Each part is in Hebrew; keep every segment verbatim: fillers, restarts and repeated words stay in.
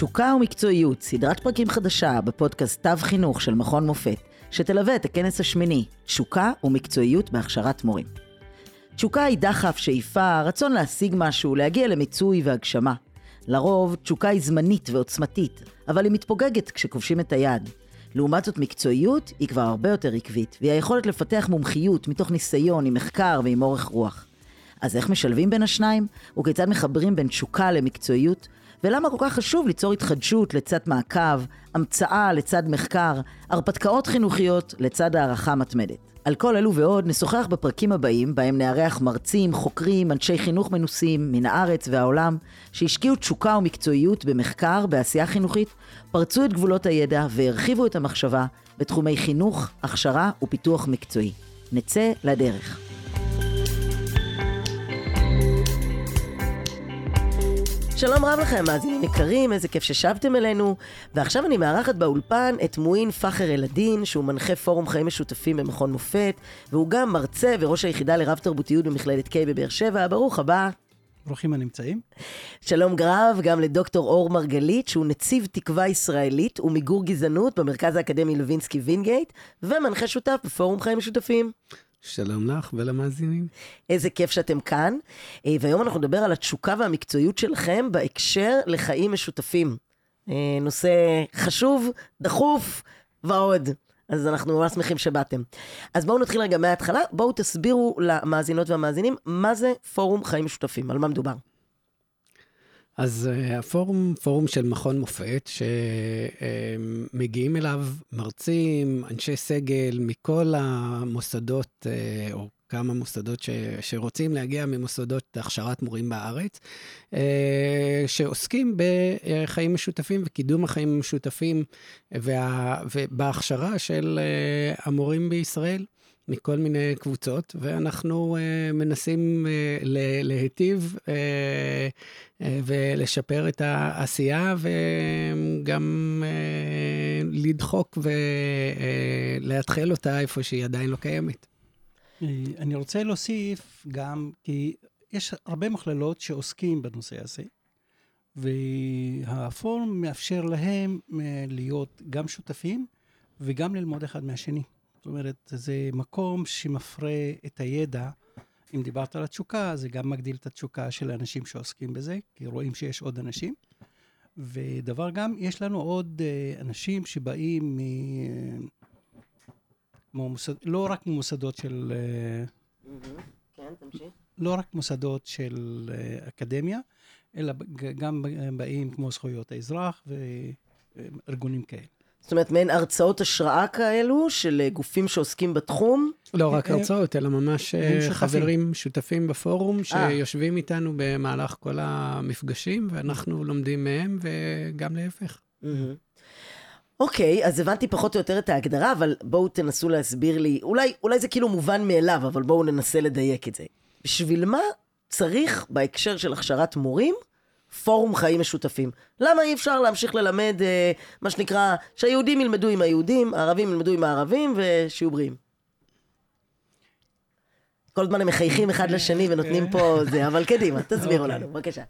תשוקה ומקצועיות, סדרת פרקים חדשה בפודקאסט תו חינוך של מכון מופת, שתלווה את הכנס השמיני, תשוקה ומקצועיות בהכשרת מורים. תשוקה היא דחף, שאיפה, רצון להשיג משהו, להגיע למיצוי והגשמה. לרוב, תשוקה היא זמנית ועוצמתית, אבל היא מתפוגגת כשכובשים את היד. לעומת זאת, מקצועיות היא כבר הרבה יותר עקבית, והיא היכולת לפתח מומחיות מתוך ניסיון עם מחקר ועם אורך רוח. אז איך משלבים בין השניים? וכיצד מחברים בין תשוקה למקצועיות? ולמה כל כך חשוב ליצור התחדשות לצד מעקב, המצאה לצד מחקר, הרפתקאות חינוכיות לצד הערכה מתמדת? על כל אלו ועוד נשוחח בפרקים הבאים, בהם נארח מרצים, חוקרים, אנשי חינוך מנוסים מן הארץ והעולם, שהשקיעו תשוקה ומקצועיות במחקר, בעשייה חינוכית, פרצו את גבולות הידע והרחיבו את המחשבה בתחומי חינוך, הכשרה ופיתוח מקצועי. נצא לדרך. שלום רב לכם, מאזינים יקרים, איזה כיף ששבתם אלינו. ועכשיו אני מארחת באולפן את מועין פחר אלדין, שהוא מנחה פורום חיים משותפים במכון מופת, והוא גם מרצה וראש היחידה לרב תרבותיות במכללת קיי בבאר שבע. ברוך הבא. ברוכים הנמצאים. שלום גרב, גם לדוקטור אור מרגלית, שהוא נציב תקווה ישראלית ומיגור גזענות במרכז האקדמי לוינסקי וינגייט, ומנחה שותף בפורום חיים משותפים. שלום לך ולמאזינים. איזה כיף שאתם כאן. והיום אנחנו נדבר על התשוקה והמקצועיות שלכם בהקשר לחיים משותפים. נושא חשוב, דחוף ועוד. אז אנחנו ממש שמחים שבאתם. אז בואו נתחיל רגע מההתחלה. בואו תסבירו למאזינות והמאזינים מה זה פורום חיים משותפים, על מה מדובר. אז uh, הפורום, פורום של מכון מופת, שמגיעים uh, אליו מרצים, אנשי סגל, מכל המוסדות, uh, או כמה מוסדות ש, שרוצים להגיע ממוסדות הכשרת מורים בארץ, uh, שעוסקים בחיים משותפים וקידום החיים המשותפים, וה, ובהכשרה של uh, המורים בישראל. מכל מיני קבוצות, ואנחנו uh, מנסים uh, להיטיב uh, uh, ולשפר את העשייה, וגם uh, לדחוק ולהתחיל אותה איפה שהיא עדיין לא קיימת. אני רוצה להוסיף גם, כי יש הרבה מכללות שעוסקים בנושא הזה, והפורום מאפשר להם להיות גם שותפים, וגם ללמוד אחד מהשני. זאת אומרת, זה מקום שמפרה את הידע. אם דיברת על התשוקה, זה גם מגדיל את התשוקה של האנשים שעוסקים בזה, כי רואים שיש עוד אנשים. ודבר גם, יש לנו עוד אנשים שבאים מ... מוסד... לא רק ממוסדות של... כן, תמשיך. לא רק מוסדות של אקדמיה, אלא גם באים כמו זכויות האזרח וארגונים כאלה. זאת אומרת, מעין הרצאות השראה כאלו של גופים שעוסקים בתחום? לא רק הרצאות, אלא ממש חברים שותפים בפורום, שיושבים איתנו במהלך כל המפגשים, ואנחנו לומדים מהם, וגם להפך. אוקיי, אז הבנתי פחות או יותר את ההגדרה, אבל בואו תנסו להסביר לי, אולי, אולי זה כאילו מובן מאליו, אבל בואו ננסה לדייק את זה. בשביל מה צריך בהקשר של הכשרת מורים, פורום חיים משותפים? למה אי אפשר להמשיך ללמד, אה, מה שנקרא, שהיהודים ילמדו עם היהודים, הערבים ילמדו עם הערבים, ושיהיו בריאים? כל הזמן הם מחייכים אחד לשני ונותנים פה זה, אבל קדימה, תסבירו לנו, בבקשה.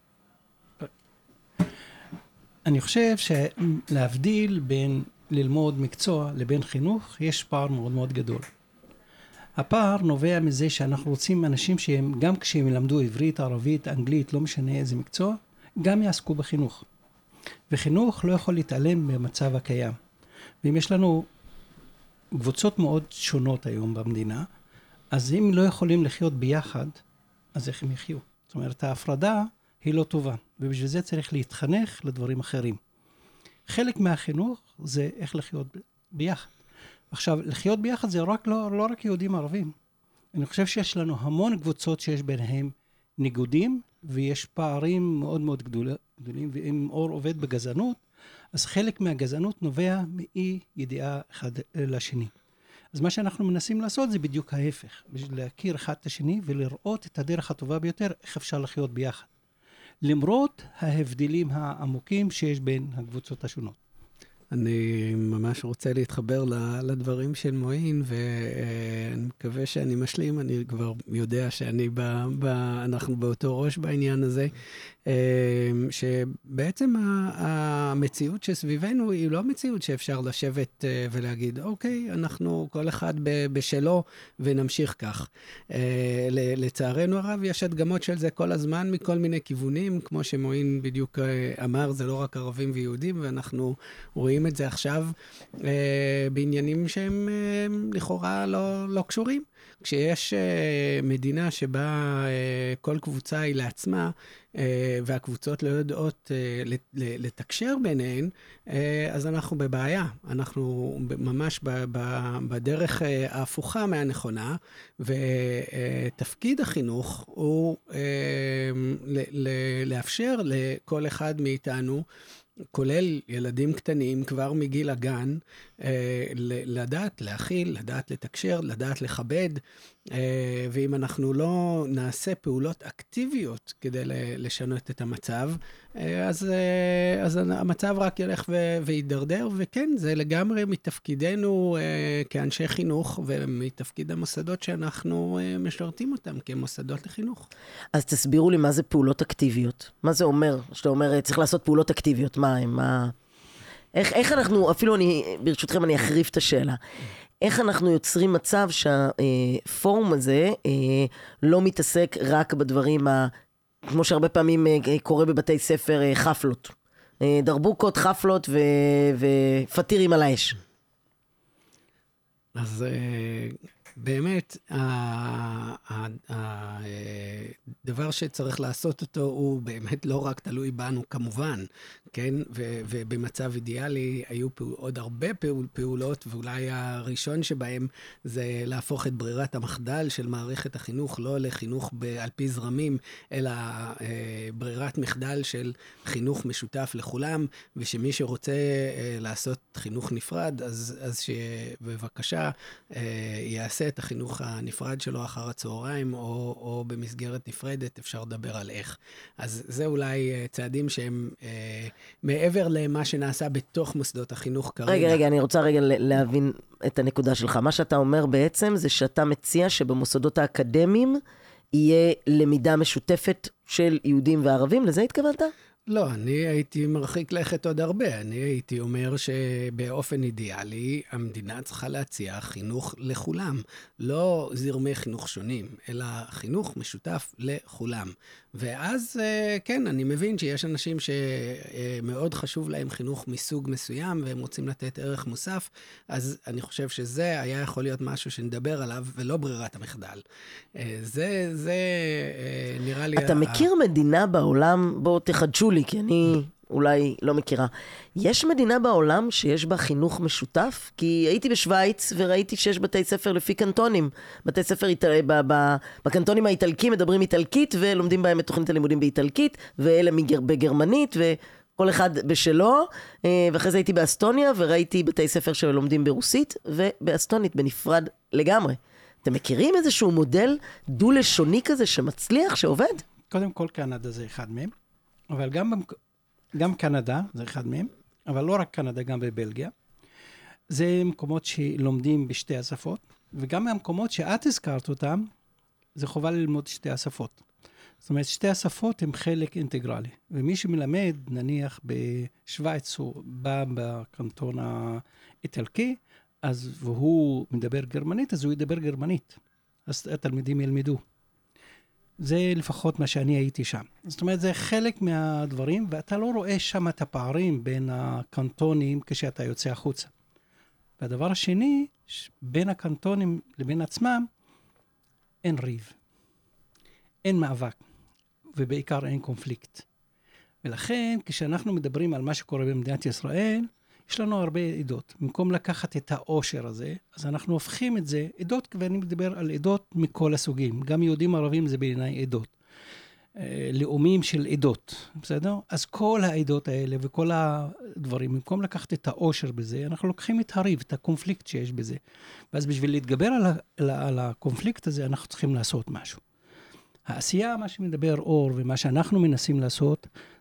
אני חושב שלהבדיל בין ללמוד מקצוע לבין חינוך, יש פער מאוד מאוד גדול. הפער נובע מזה שאנחנו רוצים אנשים שהם, גם כשהם ילמדו עברית, ערבית, אנגלית, לא משנה איזה מקצוע, גם יעסקו בחינוך. וחינוך לא יכול להתעלם במצב הקיים. ואם יש לנו קבוצות מאוד שונות היום במדינה, אז אם לא יכולים לחיות ביחד, אז איך הם יחיו? זאת אומרת, ההפרדה היא לא טובה, ובשביל זה צריך להתחנך לדברים אחרים. חלק מהחינוך זה איך לחיות ביחד. עכשיו, לחיות ביחד זה רק, לא, לא רק יהודים ערבים. אני חושב שיש לנו המון קבוצות שיש ביניהם ניגודים, ויש פערים מאוד מאוד גדול, גדולים, ואם אור עובד בגזענות, אז חלק מהגזענות נובע מאי ידיעה אחד לשני. אז מה שאנחנו מנסים לעשות זה בדיוק ההפך, בשביל להכיר אחד את השני, ולראות את הדרך הטובה ביותר, איך אפשר לחיות ביחד. למרות ההבדלים העמוקים שיש בין הקבוצות השונות. אני ממש רוצה להתחבר לדברים של מועין, ואני מקווה שאני משלים, אני כבר יודע שאני ב, ב, אנחנו באותו ראש בעניין הזה, שבעצם המציאות שסביבנו היא לא מציאות שאפשר לשבת ולהגיד, אוקיי, אנחנו כל אחד בשלו ונמשיך כך. לצערנו הרב, יש הדגמות של זה כל הזמן מכל מיני כיוונים, כמו שמועין בדיוק אמר, זה לא רק ערבים ויהודים, ואנחנו רואים את זה עכשיו בעניינים שהם לכאורה לא, לא קשורים. כשיש מדינה שבה כל קבוצה היא לעצמה, והקבוצות לא יודעות לתקשר ביניהן, אז אנחנו בבעיה. אנחנו ממש בדרך ההפוכה מהנכונה, ותפקיד החינוך הוא לאפשר לכל אחד מאיתנו, כולל ילדים קטנים כבר מגיל הגן, לדעת להכיל, לדעת לתקשר, לדעת לכבד, ואם אנחנו לא נעשה פעולות אקטיביות כדי לשנות את המצב, אז, אז המצב רק ילך וידרדר, וכן, זה לגמרי מתפקידנו כאנשי חינוך, ומתפקיד המוסדות שאנחנו משרתים אותם כמוסדות לחינוך. אז תסבירו לי מה זה פעולות אקטיביות. מה זה אומר? שאתה אומר, צריך לעשות פעולות אקטיביות. מה הם? מה... איך, איך אנחנו, אפילו אני, ברשותכם אני אחריף את השאלה. איך אנחנו יוצרים מצב שהפורום הזה לא מתעסק רק בדברים, ה, כמו שהרבה פעמים קורה בבתי ספר, חפלות. דרבוקות, חפלות ו, ופתירים על האש. אז באמת, הדבר שצריך לעשות אותו הוא באמת לא רק תלוי בנו כמובן, כן? ובמצב אידיאלי היו עוד הרבה פעולות, ואולי הראשון שבהם זה להפוך את ברירת המחדל של מערכת החינוך, לא לחינוך על פי זרמים, אלא ברירת מחדל של חינוך משותף לכולם, ושמי שרוצה לעשות חינוך נפרד, אז, אז שבבקשה יעשה את החינוך הנפרד שלו אחר הצהריים, או, או במסגרת נפרדת, אפשר לדבר על איך. אז זה אולי צעדים שהם אה, מעבר למה שנעשה בתוך מוסדות החינוך כרגע. רגע, רגע, אני רוצה רגע להבין את הנקודה שלך. מה שאתה אומר בעצם זה שאתה מציע שבמוסדות האקדמיים יהיה למידה משותפת של יהודים וערבים, לזה התכוונת? לא, אני הייתי מרחיק לכת עוד הרבה. אני הייתי אומר שבאופן אידיאלי המדינה צריכה להציע חינוך לכולם. לא זרמי חינוך שונים, אלא חינוך משותף לכולם. ואז, כן, אני מבין שיש אנשים שמאוד חשוב להם חינוך מסוג מסוים, והם רוצים לתת ערך מוסף, אז אני חושב שזה היה יכול להיות משהו שנדבר עליו, ולא ברירת המחדל. זה, זה נראה לי... אתה מכיר מדינה בעולם, בוא תחדשו לי, כי אני אולי לא מכירה. יש מדינה בעולם שיש בה חינוך משותף? כי הייתי בשוויץ וראיתי שיש בתי ספר לפי קנטונים. בתי ספר איטל... בקנטונים האיטלקים מדברים איטלקית ולומדים בהם את תוכנית הלימודים באיטלקית, ואלה בגרמנית וכל אחד בשלו. ואחרי זה הייתי באסטוניה וראיתי בתי ספר שלומדים ברוסית ובאסטונית בנפרד לגמרי. אתם מכירים איזשהו מודל דו-לשוני כזה שמצליח, שעובד? קודם כל קנדה זה אחד מהם. אבל גם, גם קנדה, זה אחד מהם, אבל לא רק קנדה, גם בבלגיה. זה מקומות שלומדים בשתי השפות, וגם המקומות שאת הזכרת אותם, זה חובה ללמוד שתי השפות. זאת אומרת, שתי השפות הם חלק אינטגרלי. ומי שמלמד, נניח בשוויץ, הוא בא בקנטון האיטלקי, אז והוא מדבר גרמנית, אז הוא ידבר גרמנית. אז התלמידים ילמדו. זה לפחות מה שאני הייתי שם. זאת אומרת, זה חלק מהדברים, ואתה לא רואה שם את הפערים בין הקנטונים כשאתה יוצא החוצה. והדבר השני, בין הקנטונים לבין עצמם, אין ריב. אין מאבק, ובעיקר אין קונפליקט. ולכן, כשאנחנו מדברים על מה שקורה במדינת ישראל, יש לנו הרבה עדות. במקום לקחת את העושר הזה, אז אנחנו הופכים את זה, עדות, ואני מדבר על עדות מכל הסוגים. גם יהודים ערבים זה בעיניי עדות. לאומים של עדות, בסדר? אז כל העדות האלה וכל הדברים, במקום לקחת את העושר בזה, אנחנו לוקחים את הריב, את הקונפליקט שיש בזה. ואז בשביל להתגבר על, על, על הקונפליקט הזה, אנחנו צריכים לעשות משהו. העשייה, מה שמדבר אור, ומה שאנחנו מנסים לעשות,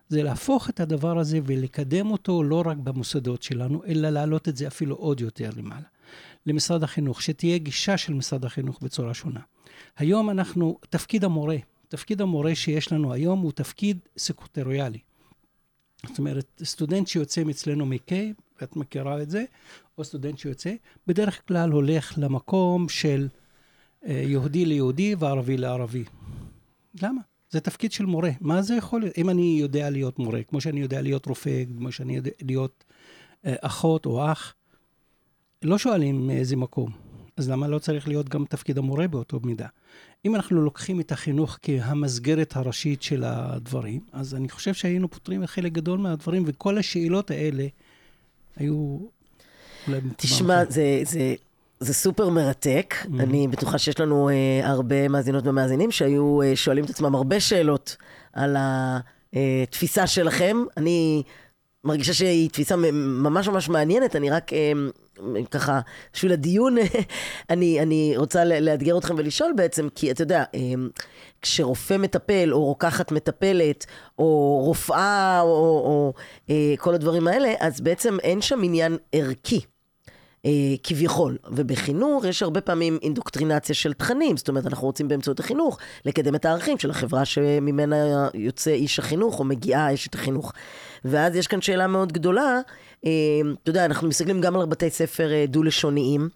זה להפוך את הדבר הזה ולקדם אותו לא רק במוסדות שלנו, אלא להעלות את זה אפילו עוד יותר למעלה. למשרד החינוך, שתהיה גישה של משרד החינוך בצורה שונה. היום אנחנו, תפקיד המורה, תפקיד המורה שיש לנו היום הוא תפקיד סקטוריאלי. זאת אומרת, סטודנט שיוצא אצלנו מקיי, ואת מכירה את זה, או סטודנט שיוצא, בדרך כלל הולך למקום של יהודי ליהודי וערבי לערבי. למה? זה תפקיד של מורה. מה זה יכול להיות? אם אני יודע להיות מורה, כמו שאני יודע להיות רופא, כמו שאני יודע להיות אחות או אח, לא שואלים מאיזה מקום. אז למה לא צריך להיות גם תפקיד המורה באותו מידה? אם אנחנו לוקחים את החינוך כהמסגרת הראשית של הדברים, אז אני חושב שהיינו פותרים חלק גדול מהדברים, וכל השאלות האלה היו... תשמע, זה, זה, זה סופר מרתק. Mm. אני בטוחה שיש לנו אה, הרבה מאזינות ומאזינים שהיו אה, שואלים את עצמם הרבה שאלות על התפיסה שלכם. אני מרגישה שהיא תפיסה ממש ממש מעניינת. אני רק אה, ככה, בשביל הדיון, אני, אני רוצה לאתגר אתכם ולשאול בעצם, כי אתה יודע, אה, כשרופא מטפל, או רוקחת מטפלת, או רופאה, או, או, או אה, כל הדברים האלה, אז בעצם אין שם עניין ערכי. כביכול, ובחינוך יש הרבה פעמים אינדוקטרינציה של תכנים, זאת אומרת אנחנו רוצים באמצעות החינוך לקדם את הערכים של החברה שממנה יוצא איש החינוך או מגיעה אשת החינוך, ואז יש כאן שאלה מאוד גדולה, אתה יודע, אנחנו מסתכלים גם על בתי ספר דו-לשוניים,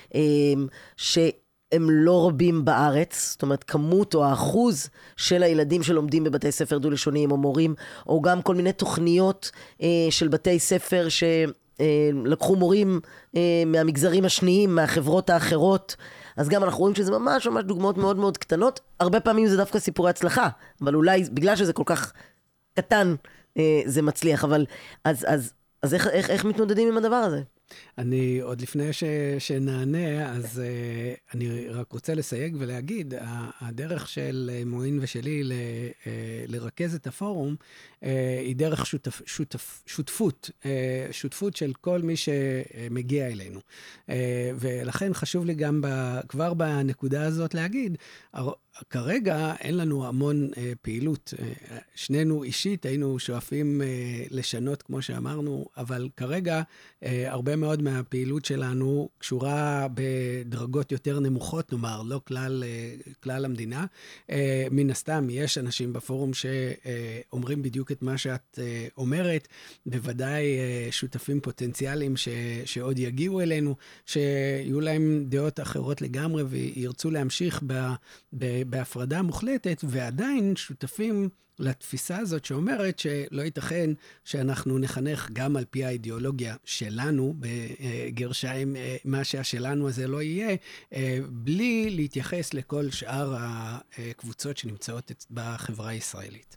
שהם לא רבים בארץ, זאת אומרת כמות או האחוז של הילדים שלומדים בבתי ספר דו-לשוניים או מורים, או גם כל מיני תוכניות של בתי ספר ש... לקחו מורים מהמגזרים השניים, מהחברות האחרות, אז גם אנחנו רואים שזה ממש ממש דוגמאות מאוד מאוד קטנות, הרבה פעמים זה דווקא סיפורי הצלחה, אבל אולי בגלל שזה כל כך קטן זה מצליח, אבל אז, אז, אז איך, איך, איך מתמודדים עם הדבר הזה? אני עוד לפני ש, שנענה, אז uh, אני רק רוצה לסייג ולהגיד, הדרך של מועין ושלי ל, uh, לרכז את הפורום, uh, היא דרך שותף, שותף, שותפות, uh, שותפות של כל מי שמגיע אלינו. Uh, ולכן חשוב לי גם ב, כבר בנקודה הזאת להגיד, כרגע אין לנו המון uh, פעילות, uh, שנינו אישית היינו שואפים uh, לשנות כמו שאמרנו, אבל כרגע uh, הרבה מאוד מהפעילות שלנו קשורה בדרגות יותר נמוכות, נאמר, לא כלל, uh, כלל המדינה. Uh, מן הסתם יש אנשים בפורום שאומרים uh, בדיוק את מה שאת uh, אומרת, בוודאי uh, שותפים פוטנציאליים ש, שעוד יגיעו אלינו, שיהיו להם דעות אחרות לגמרי וירצו להמשיך ב, ב בהפרדה מוחלטת, ועדיין שותפים לתפיסה הזאת שאומרת שלא ייתכן שאנחנו נחנך גם על פי האידיאולוגיה שלנו, בגרשיים, מה שהשלנו הזה לא יהיה, בלי להתייחס לכל שאר הקבוצות שנמצאות בחברה הישראלית.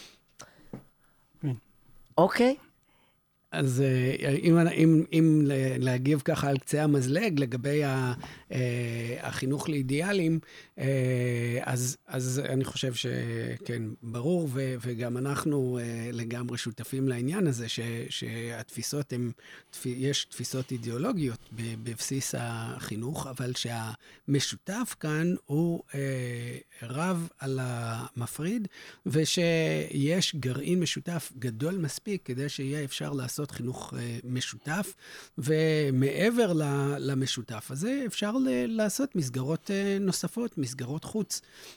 אוקיי. אז אם, אם, אם להגיב ככה על קצה המזלג לגבי החינוך לאידיאלים, אז, אז אני חושב שכן, ברור, ו, וגם אנחנו לגמרי שותפים לעניין הזה, ש, שהתפיסות הן, יש תפיסות אידיאולוגיות בבסיס החינוך, אבל שהמשותף כאן הוא רב על המפריד, ושיש גרעין משותף גדול מספיק כדי שיהיה אפשר לעשות חינוך משותף, ומעבר למשותף הזה אפשר לעשות מסגרות נוספות, מסגרות חוץ,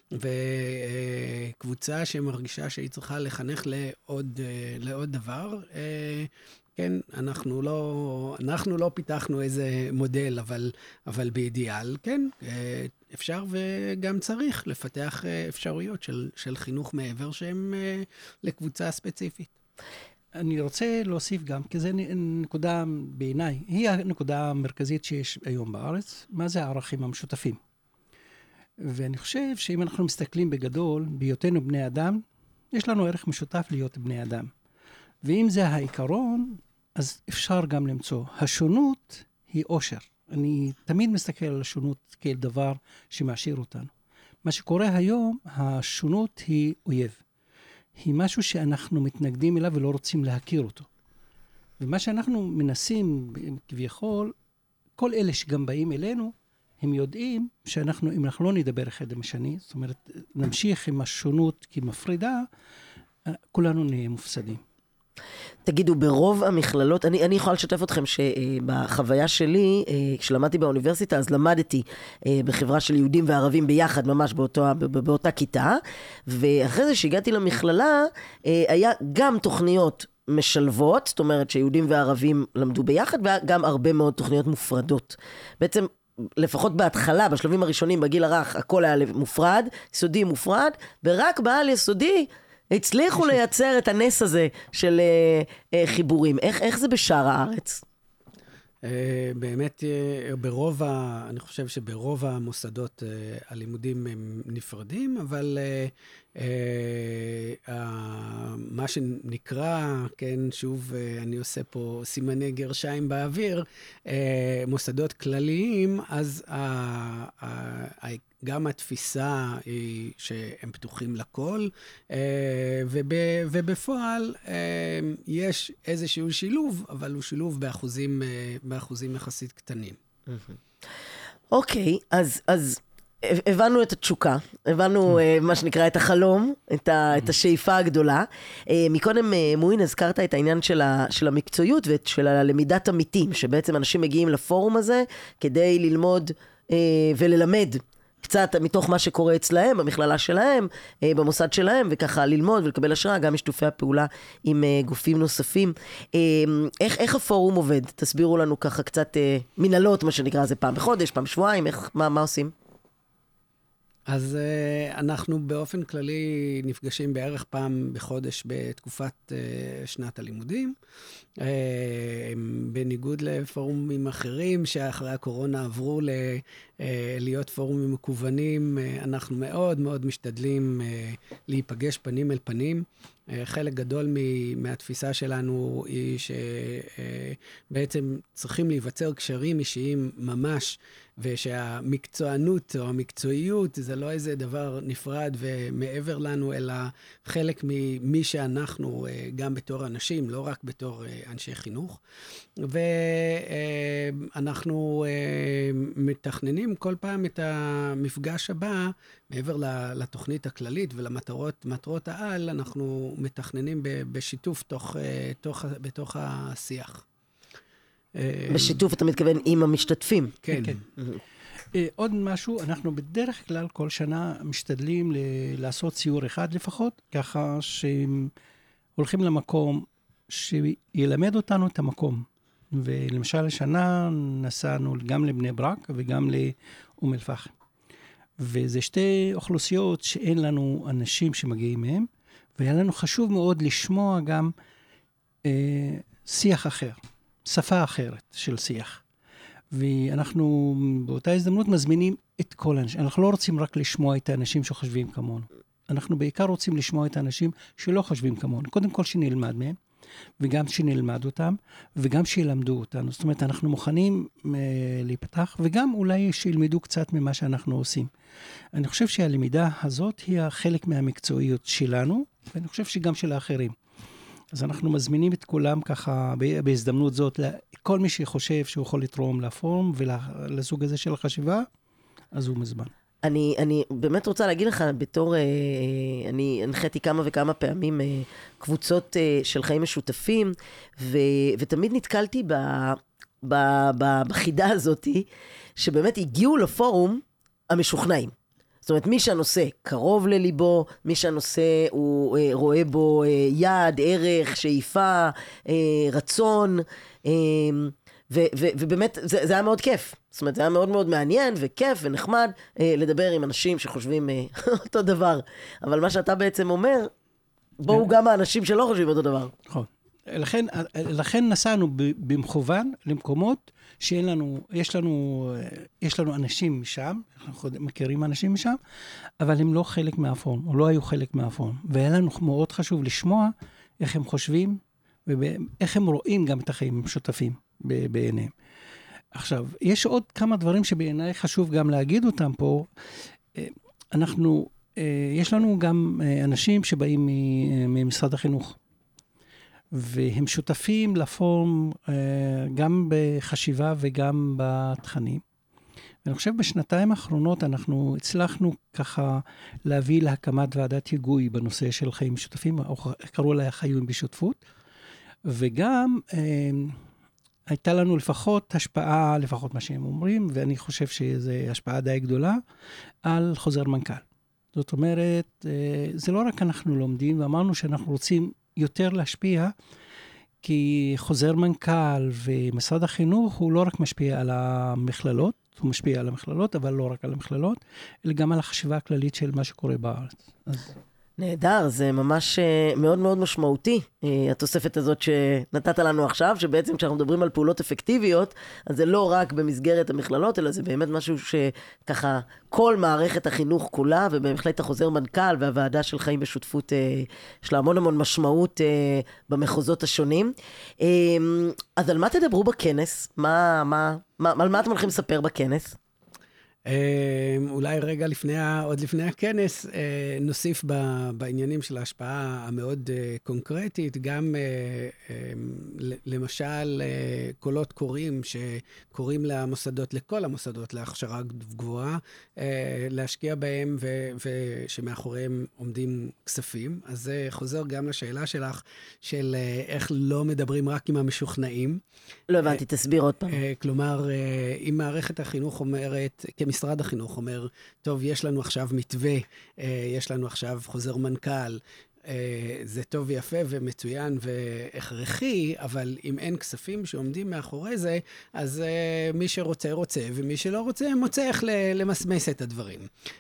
וקבוצה שמרגישה שהיא צריכה לחנך לעוד, לעוד דבר, כן, אנחנו לא, אנחנו לא פיתחנו איזה מודל, אבל, אבל באידיאל, כן, אפשר וגם צריך לפתח אפשרויות של, של חינוך מעבר שהם לקבוצה ספציפית. אני רוצה להוסיף גם, כי זו נקודה בעיניי, היא הנקודה המרכזית שיש היום בארץ, מה זה הערכים המשותפים. ואני חושב שאם אנחנו מסתכלים בגדול, בהיותנו בני אדם, יש לנו ערך משותף להיות בני אדם. ואם זה העיקרון, אז אפשר גם למצוא. השונות היא אושר. אני תמיד מסתכל על השונות כאל דבר שמעשיר אותנו. מה שקורה היום, השונות היא אויב. היא משהו שאנחנו מתנגדים אליו ולא רוצים להכיר אותו. ומה שאנחנו מנסים כביכול, כל אלה שגם באים אלינו, הם יודעים שאנחנו, אם אנחנו לא נדבר אחד עם השני, זאת אומרת, נמשיך עם השונות כמפרידה, כולנו נהיה מופסדים. תגידו, ברוב המכללות, אני, אני יכולה לשתף אתכם שבחוויה שלי, כשלמדתי באוניברסיטה, אז למדתי בחברה של יהודים וערבים ביחד, ממש באותו, באותה כיתה, ואחרי זה שהגעתי למכללה, היה גם תוכניות משלבות, זאת אומרת שיהודים וערבים למדו ביחד, וגם הרבה מאוד תוכניות מופרדות. בעצם, לפחות בהתחלה, בשלבים הראשונים, בגיל הרך, הכל היה מופרד, יסודי מופרד, ורק בעל יסודי, הצליחו לייצר את הנס הזה של חיבורים. איך, איך זה בשאר הארץ? באמת, ברוב ה... אני חושב שברוב המוסדות הלימודים הם נפרדים, אבל מה שנקרא, כן, שוב, אני עושה פה סימני גרשיים באוויר, מוסדות כלליים, אז גם התפיסה היא שהם פתוחים לכל, ובפועל יש איזשהו שילוב, אבל הוא שילוב באחוזים, באחוזים יחסית קטנים. אוקיי, אז, אז הבנו את התשוקה, הבנו מה שנקרא את החלום, את, ה, את השאיפה הגדולה. מקודם מועין הזכרת את העניין של, ה, של המקצועיות ושל הלמידת עמיתים, שבעצם אנשים מגיעים לפורום הזה כדי ללמוד וללמד קצת מתוך מה שקורה אצלהם, במכללה שלהם, במוסד שלהם, וככה ללמוד ולקבל השראה, גם משתופי הפעולה עם גופים נוספים. איך, איך הפורום עובד? תסבירו לנו ככה קצת מנהלות, מה שנקרא, זה פעם בחודש, פעם שבועיים, איך, מה, מה עושים? אז uh, אנחנו באופן כללי נפגשים בערך פעם בחודש בתקופת uh, שנת הלימודים. Uh, בניגוד לפורומים אחרים שאחרי הקורונה עברו ל, uh, להיות פורומים מקוונים, uh, אנחנו מאוד מאוד משתדלים uh, להיפגש פנים אל פנים. Uh, חלק גדול מ- מהתפיסה שלנו היא שבעצם uh, צריכים להיווצר קשרים אישיים ממש, ושהמקצוענות או המקצועיות זה לא איזה דבר נפרד ומעבר לנו, אלא חלק ממי שאנחנו גם בתור אנשים, לא רק בתור אנשי חינוך. ואנחנו מתכננים כל פעם את המפגש הבא, מעבר לתוכנית הכללית ולמטרות, מטרות העל, אנחנו מתכננים בשיתוף תוך, תוך, בתוך השיח. בשיתוף אתה מתכוון עם המשתתפים. כן. כן. עוד משהו, אנחנו בדרך כלל כל שנה משתדלים לעשות סיור אחד לפחות, ככה שהולכים למקום שילמד אותנו את המקום. ולמשל השנה נסענו גם לבני ברק וגם לאום אל-פחם. וזה שתי אוכלוסיות שאין לנו אנשים שמגיעים מהם, והיה לנו חשוב מאוד לשמוע גם אה, שיח אחר. שפה אחרת של שיח. ואנחנו באותה הזדמנות מזמינים את כל האנשים. אנחנו לא רוצים רק לשמוע את האנשים שחושבים כמונו. אנחנו בעיקר רוצים לשמוע את האנשים שלא חושבים כמונו. קודם כל שנלמד מהם, וגם שנלמד אותם, וגם שילמדו אותנו. זאת אומרת, אנחנו מוכנים אה, להיפתח, וגם אולי שילמדו קצת ממה שאנחנו עושים. אני חושב שהלמידה הזאת היא חלק מהמקצועיות שלנו, ואני חושב שגם של האחרים. אז אנחנו מזמינים את כולם ככה בהזדמנות זאת, כל מי שחושב שהוא יכול לתרום לפורום ולסוג הזה של החשיבה, אז הוא מזמן. אני, אני באמת רוצה להגיד לך, בתור, אני הנחיתי כמה וכמה פעמים קבוצות של חיים משותפים, ו, ותמיד נתקלתי ב, ב, ב, בחידה הזאת, שבאמת הגיעו לפורום המשוכנעים. זאת אומרת, מי שהנושא קרוב לליבו, מי שהנושא הוא אה, רואה בו אה, יד, ערך, שאיפה, אה, רצון, אה, ו- ו- ובאמת זה, זה היה מאוד כיף. זאת אומרת, זה היה מאוד מאוד מעניין וכיף ונחמד אה, לדבר עם אנשים שחושבים אה, אותו דבר. אבל מה שאתה בעצם אומר, בואו גם האנשים שלא חושבים אותו דבר. נכון. לכן, לכן נסענו במכוון למקומות שאין לנו, יש לנו, יש לנו אנשים משם, אנחנו מכירים אנשים משם, אבל הם לא חלק מהפורום, או לא היו חלק מהפורום. והיה לנו מאוד חשוב לשמוע איך הם חושבים, ואיך הם רואים גם את החיים המשותפים בעיניהם. עכשיו, יש עוד כמה דברים שבעיניי חשוב גם להגיד אותם פה. אנחנו, יש לנו גם אנשים שבאים ממשרד החינוך. והם שותפים לפורום גם בחשיבה וגם בתכנים. ואני חושב בשנתיים האחרונות אנחנו הצלחנו ככה להביא להקמת ועדת היגוי בנושא של חיים משותפים, או קראו לה חיים בשותפות, וגם אה, הייתה לנו לפחות השפעה, לפחות מה שהם אומרים, ואני חושב שזו השפעה די גדולה, על חוזר מנכ"ל. זאת אומרת, אה, זה לא רק אנחנו לומדים, ואמרנו שאנחנו רוצים יותר להשפיע, כי חוזר מנכ"ל ומשרד החינוך הוא לא רק משפיע על המכללות, הוא משפיע על המכללות, אבל לא רק על המכללות, אלא גם על החשיבה הכללית של מה שקורה בארץ. אז... נהדר, זה ממש מאוד מאוד משמעותי, התוספת הזאת שנתת לנו עכשיו, שבעצם כשאנחנו מדברים על פעולות אפקטיביות, אז זה לא רק במסגרת המכללות, אלא זה באמת משהו שככה כל מערכת החינוך כולה, ובהחלט החוזר מנכ"ל והוועדה של חיים בשותפות, יש לה המון המון משמעות במחוזות השונים. אז על מה תדברו בכנס? מה, מה, מה, על מה אתם הולכים לספר בכנס? אולי רגע לפני, עוד לפני הכנס, נוסיף בעניינים של ההשפעה המאוד קונקרטית, גם למשל קולות קוראים שקוראים למוסדות, לכל המוסדות להכשרה גבוהה, להשקיע בהם ושמאחוריהם עומדים כספים. אז זה חוזר גם לשאלה שלך, של איך לא מדברים רק עם המשוכנעים. לא הבנתי, תסביר עוד פעם. כלומר, אם מערכת החינוך אומרת, משרד החינוך אומר, טוב, יש לנו עכשיו מתווה, יש לנו עכשיו חוזר מנכ"ל, זה טוב ויפה ומצוין והכרחי, אבל אם אין כספים שעומדים מאחורי זה, אז מי שרוצה רוצה, ומי שלא רוצה מוצא איך למסמס את הדברים.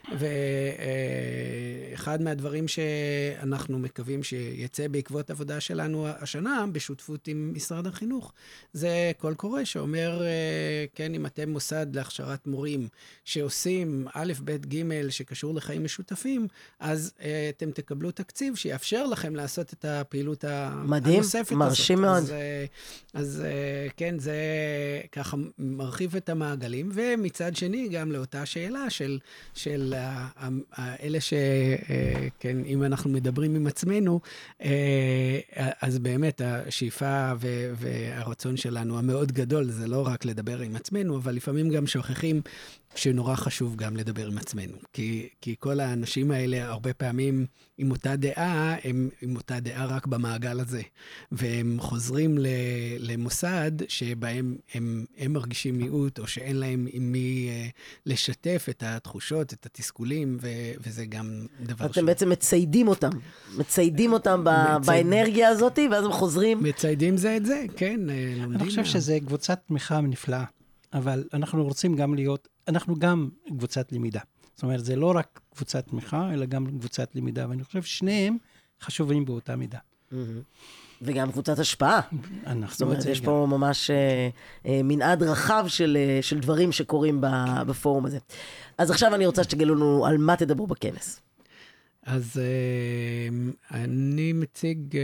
ואחד מהדברים שאנחנו מקווים שיצא בעקבות עבודה שלנו השנה, בשותפות עם משרד החינוך, זה קול קורא שאומר, כן, אם אתם מוסד להכשרת מורים שעושים א', ב', ג' שקשור לחיים משותפים, אז אתם תקבלו תקציב שיהיה יאפשר לכם לעשות את הפעילות הנוספת הזאת. מדהים, מרשים מאוד. אז, אז כן, זה ככה מרחיב את המעגלים, ומצד שני גם לאותה שאלה של, של אלה שכן, אם אנחנו מדברים עם עצמנו, אז באמת השאיפה והרצון שלנו המאוד גדול, זה לא רק לדבר עם עצמנו, אבל לפעמים גם שוכחים שנורא חשוב גם לדבר עם עצמנו. כי, כי כל האנשים האלה הרבה פעמים עם אותה דעה, הם עם אותה דעה רק במעגל הזה. והם חוזרים ל, למוסד שבהם הם, הם מרגישים מיעוט, או שאין להם עם מי לשתף את התחושות, את התסכולים, ו, וזה גם דבר אתם בעצם מציידים אותם. מציידים אותם מצייד... באנרגיה הזאת, ואז הם חוזרים. מציידים זה את זה, כן. אני חושב שזה קבוצת תמיכה נפלאה. אבל אנחנו רוצים גם להיות, אנחנו גם קבוצת למידה. זאת אומרת, זה לא רק קבוצת תמיכה, אלא גם קבוצת למידה, ואני חושב ששניהם חשובים באותה מידה. וגם קבוצת השפעה. זאת אומרת, יש פה ממש מנעד רחב של, של דברים שקורים בפורום הזה. אז עכשיו אני רוצה שתגלו לנו על מה תדברו בכנס. אז אני מציג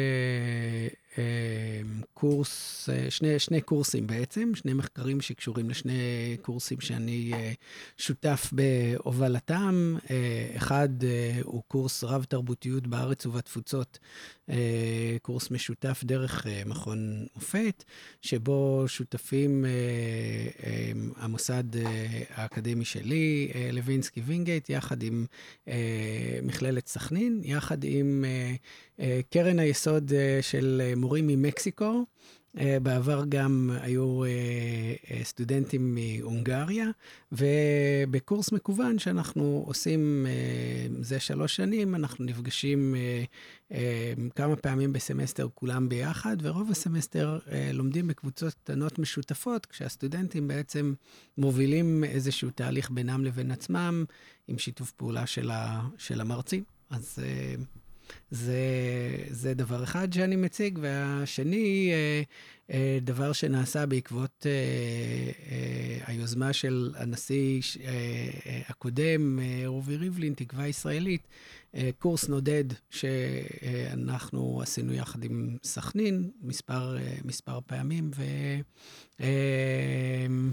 קורס, שני, שני קורסים בעצם, שני מחקרים שקשורים לשני קורסים שאני שותף בהובלתם. אחד הוא קורס רב תרבותיות בארץ ובתפוצות, קורס משותף דרך מכון מופת, שבו שותפים המוסד האקדמי שלי, לוינסקי וינגייט, יחד עם מכללת סכנין, יחד עם קרן היסוד של מורים ממקסיקו. בעבר גם היו סטודנטים מהונגריה, ובקורס מקוון שאנחנו עושים זה שלוש שנים, אנחנו נפגשים כמה פעמים בסמסטר כולם ביחד, ורוב הסמסטר לומדים בקבוצות קטנות משותפות, כשהסטודנטים בעצם מובילים איזשהו תהליך בינם לבין עצמם, עם שיתוף פעולה של, ה, של המרצים. אז זה, זה דבר אחד שאני מציג, והשני, דבר שנעשה בעקבות היוזמה של הנשיא הקודם, רובי ריבלין, תקווה ישראלית, קורס נודד שאנחנו עשינו יחד עם סכנין מספר, מספר פעמים,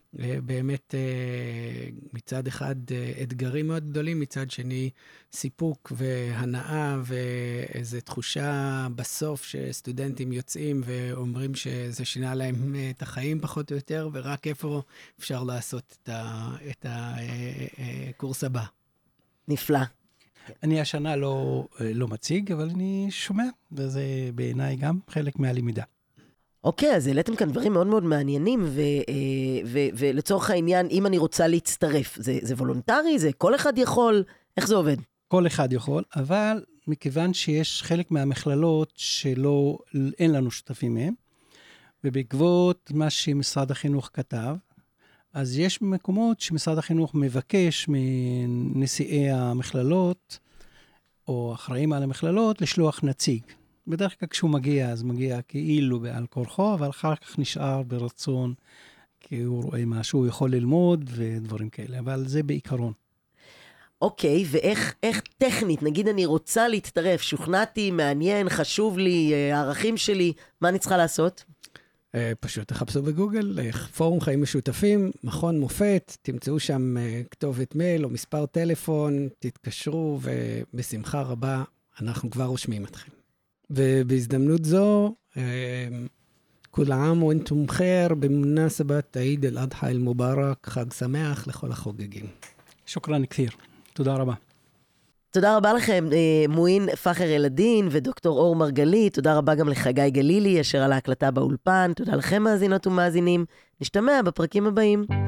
באמת מצד אחד אתגרים מאוד גדולים, מצד שני סיפוק והנאה ואיזו תחושה בסוף שסטודנטים יוצאים ואומרים שזה שינה להם את החיים פחות או יותר, ורק איפה אפשר לעשות את, ה, את הקורס הבא. נפלא. אני השנה לא, לא מציג, אבל אני שומע, וזה בעיניי גם חלק מהלמידה. אוקיי, אז העליתם כאן דברים מאוד מאוד מעניינים, ו, ו, ולצורך העניין, אם אני רוצה להצטרף, זה, זה וולונטרי? זה כל אחד יכול? איך זה עובד? כל אחד יכול, אבל מכיוון שיש חלק מהמכללות שלא, אין לנו שותפים מהם, ובעקבות מה שמשרד החינוך כתב, אז יש מקומות שמשרד החינוך מבקש מנשיאי המכללות, או אחראים על המכללות, לשלוח נציג. בדרך כלל כשהוא מגיע, אז מגיע כאילו בעל כורחו, אבל אחר כך נשאר ברצון, כי הוא רואה משהו, הוא יכול ללמוד ודברים כאלה, אבל זה בעיקרון. אוקיי, ואיך איך טכנית, נגיד אני רוצה להתטרף, שוכנעתי, מעניין, חשוב לי, הערכים שלי, מה אני צריכה לעשות? פשוט תחפשו בגוגל, פורום חיים משותפים, מכון מופת, תמצאו שם כתובת מייל או מספר טלפון, תתקשרו ובשמחה רבה אנחנו כבר רושמים אתכם. ובהזדמנות זו, כל העם ואנתום חיר במונסבת עיד אל-אדחא אל-מובארק, חג שמח לכל החוגגים. שוקרן כתיר, תודה רבה. תודה רבה לכם, מועין פחר אלדין ודוקטור אור מרגלית, תודה רבה גם לחגי גלילי, אשר על ההקלטה באולפן, תודה לכם מאזינות ומאזינים, נשתמע בפרקים הבאים.